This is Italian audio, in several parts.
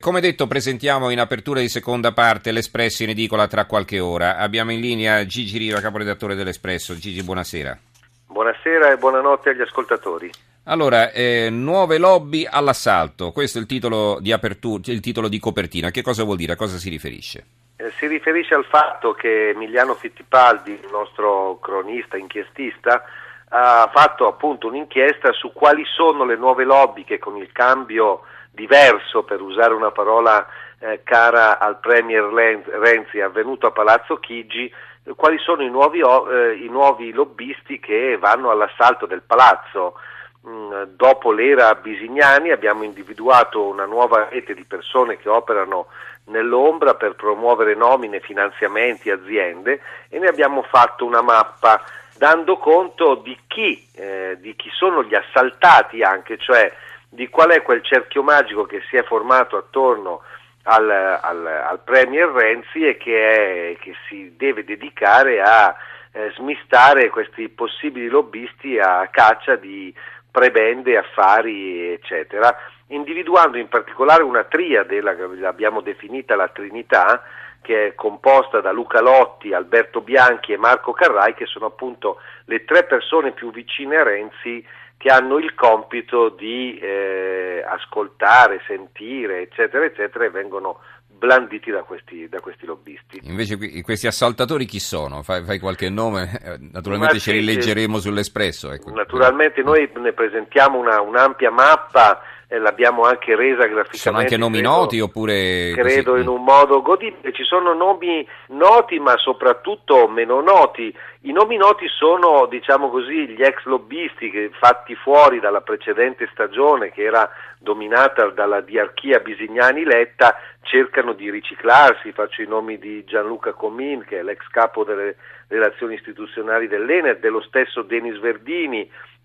Come detto, presentiamo in apertura di seconda parte l'Espresso in edicola tra qualche ora. Abbiamo in linea Gigi Riva, caporedattore dell'Espresso. Gigi, buonasera. Buonasera e buonanotte agli ascoltatori. Allora, nuove lobby all'assalto. Questo è il titolo di apertura, il titolo di copertina. Che cosa vuol dire? A cosa si riferisce? Si riferisce al fatto che Emiliano Fittipaldi, il nostro cronista, inchiestista, ha fatto appunto un'inchiesta su quali sono le nuove lobby che con il cambio diverso, per usare una parola cara al Premier Renzi, è avvenuto a Palazzo Chigi, quali sono i nuovi lobbisti che vanno all'assalto del palazzo. Dopo l'era Bisignani abbiamo individuato una nuova rete di persone che operano nell'ombra per promuovere nomine, finanziamenti, aziende, e ne abbiamo fatto una mappa dando conto di chi sono gli assaltati anche, cioè di qual è quel cerchio magico che si è formato attorno al Premier Renzi e che si deve dedicare a smistare questi possibili lobbisti a caccia di prebende, affari, eccetera, individuando in particolare una triade, l'abbiamo definita la Trinità, che è composta da Luca Lotti, Alberto Bianchi e Marco Carrai, che sono appunto le tre persone più vicine a Renzi, che hanno il compito di ascoltare, sentire, eccetera, eccetera, e vengono blanditi da questi lobbisti. Invece questi assaltatori chi sono? Fai qualche nome? Naturalmente ce li leggeremo sull'Espresso. Ecco. Naturalmente noi ne presentiamo un'ampia mappa, l'abbiamo anche resa graficamente. Sono anche nomi noti oppure credo così? In un modo godibile. Ci sono nomi noti ma soprattutto meno noti. I nomi noti sono, diciamo così, gli ex lobbisti che, fatti fuori dalla precedente stagione, che era dominata dalla diarchia Bisignani-Letta, cercano di riciclarsi. Faccio i nomi di Gianluca Comin, che è l'ex capo delle relazioni istituzionali dell'Enel, dello stesso Denis Verdini,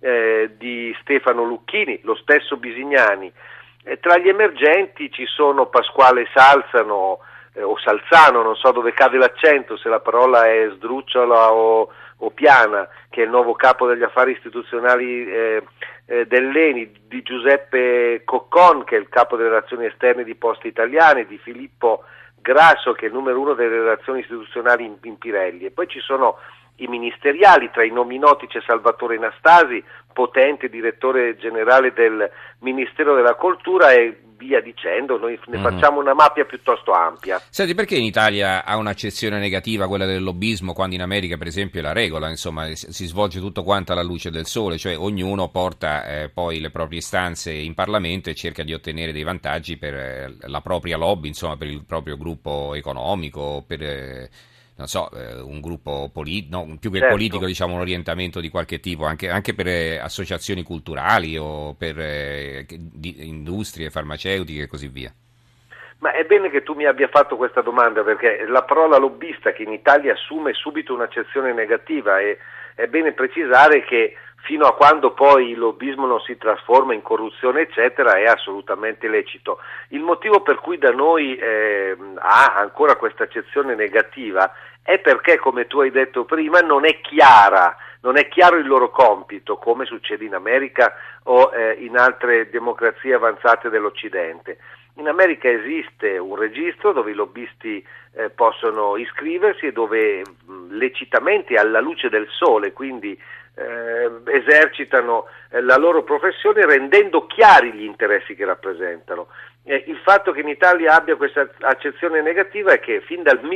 di Stefano Lucchini, lo stesso Bisignani. Tra gli emergenti ci sono Pasquale Salzano, o Salzano, non so dove cade l'accento, se la parola è sdrucciola o piana, che è il nuovo capo degli affari istituzionali dell'ENI, di Giuseppe Coccon, che è il capo delle relazioni esterne di Poste Italiane, di Filippo Grasso, che è il numero uno delle relazioni istituzionali in Pirelli. E poi ci sono i ministeriali. Tra i nomi noti c'è Salvatore Nastasi, potente direttore generale del Ministero della Cultura, e via dicendo. Noi ne facciamo una mappa piuttosto ampia. Senti, perché in Italia ha un'accezione negativa quella del lobbismo, quando in America per esempio è la regola, insomma si svolge tutto quanto alla luce del sole, cioè ognuno porta poi le proprie istanze in Parlamento e cerca di ottenere dei vantaggi per la propria lobby, insomma per il proprio gruppo economico, per non so, un gruppo più che certo. Politico, diciamo un orientamento di qualche tipo, anche per associazioni culturali o per industrie farmaceutiche e così via. Ma è bene che tu mi abbia fatto questa domanda, perché la parola lobbista, che in Italia assume subito un'accezione negativa, e è bene precisare che fino a quando poi il lobbismo non si trasforma in corruzione eccetera è assolutamente lecito. Il motivo per cui da noi ha ancora questa accezione negativa è perché, come tu hai detto prima, non è chiaro il loro compito, come succede in America o in altre democrazie avanzate dell'Occidente. In America esiste un registro dove i lobbisti possono iscriversi e dove lecitamente, alla luce del sole, quindi esercitano la loro professione rendendo chiari gli interessi che rappresentano. Il fatto che in Italia abbia questa accezione negativa è che fin dal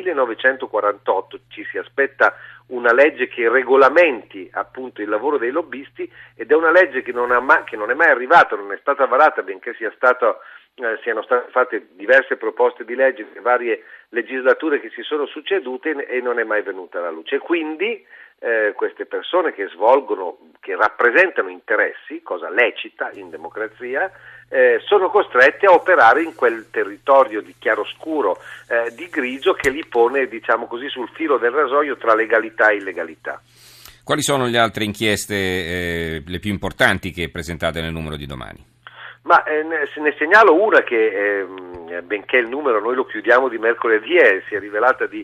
1948 ci si aspetta una legge che regolamenti appunto il lavoro dei lobbisti, ed è una legge che non è mai arrivata, non è stata varata, benché siano state fatte diverse proposte di legge nelle varie legislature che si sono succedute, e non è mai venuta alla luce. Quindi queste persone che rappresentano interessi, cosa lecita in democrazia, sono costrette a operare in quel territorio di chiaroscuro, di grigio, che li pone, diciamo così, sul filo del rasoio tra legalità e illegalità. Quali sono le altre inchieste, le più importanti che presentate nel numero di domani? Ma ne segnalo una che, benché il numero noi lo chiudiamo di mercoledì, si è rivelata di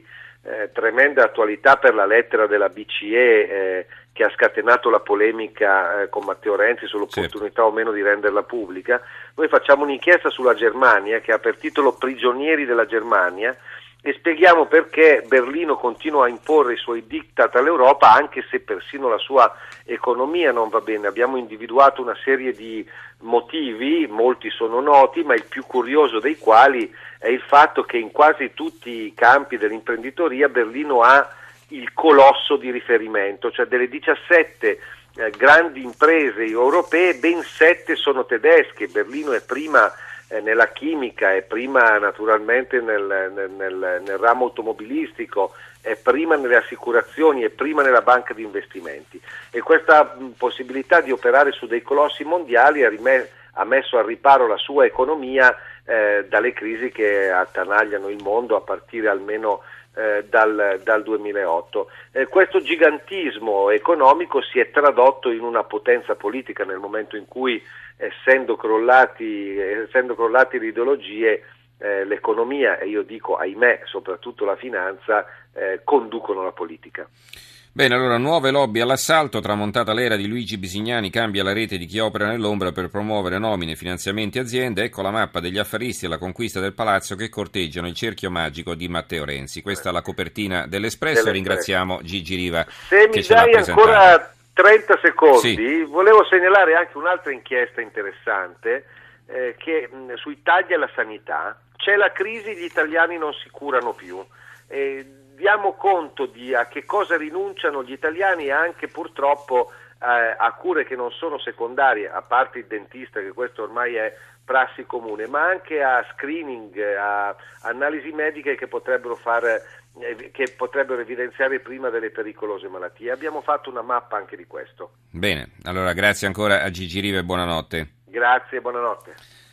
tremenda attualità per la lettera della BCE che ha scatenato la polemica con Matteo Renzi sull'opportunità o meno di renderla pubblica. Noi facciamo un'inchiesta sulla Germania che ha per titolo Prigionieri della Germania e spieghiamo perché Berlino continua a imporre i suoi diktat all'Europa anche se persino la sua economia non va bene. Abbiamo individuato una serie di motivi, molti sono noti, ma il più curioso dei quali è il fatto che in quasi tutti i campi dell'imprenditoria Berlino ha il colosso di riferimento, cioè delle 17 grandi imprese europee, ben 7 sono tedesche. Berlino è prima nella chimica, è prima naturalmente nel ramo automobilistico, è prima nelle assicurazioni, è prima nella banca di investimenti, e questa possibilità di operare su dei colossi mondiali ha messo al riparo la sua economia dalle crisi che attanagliano il mondo a partire almeno dal 2008. Questo gigantismo economico si è tradotto in una potenza politica nel momento in cui, essendo crollati le ideologie, l'economia, e io dico ahimè soprattutto la finanza, conducono la politica. Bene, allora, nuove lobby all'assalto, tramontata l'era di Luigi Bisignani, cambia la rete di chi opera nell'ombra per promuovere nomine, finanziamenti e aziende. Ecco la mappa degli affaristi alla conquista del palazzo che corteggiano il cerchio magico di Matteo Renzi. Questa è la copertina dell'Espresso. Ringraziamo Gigi Riva. Se mi dai ancora 30 secondi, sì. Volevo segnalare anche un'altra inchiesta interessante che sui tagli alla sanità. C'è la crisi, gli italiani non si curano più. Diamo conto di a che cosa rinunciano gli italiani, anche purtroppo a cure che non sono secondarie, a parte il dentista, che questo ormai è prassi comune, ma anche a screening, a analisi mediche che potrebbero evidenziare prima delle pericolose malattie. Abbiamo fatto una mappa anche di questo. Bene, allora grazie ancora a Gigi Riva e buonanotte. Grazie, buonanotte.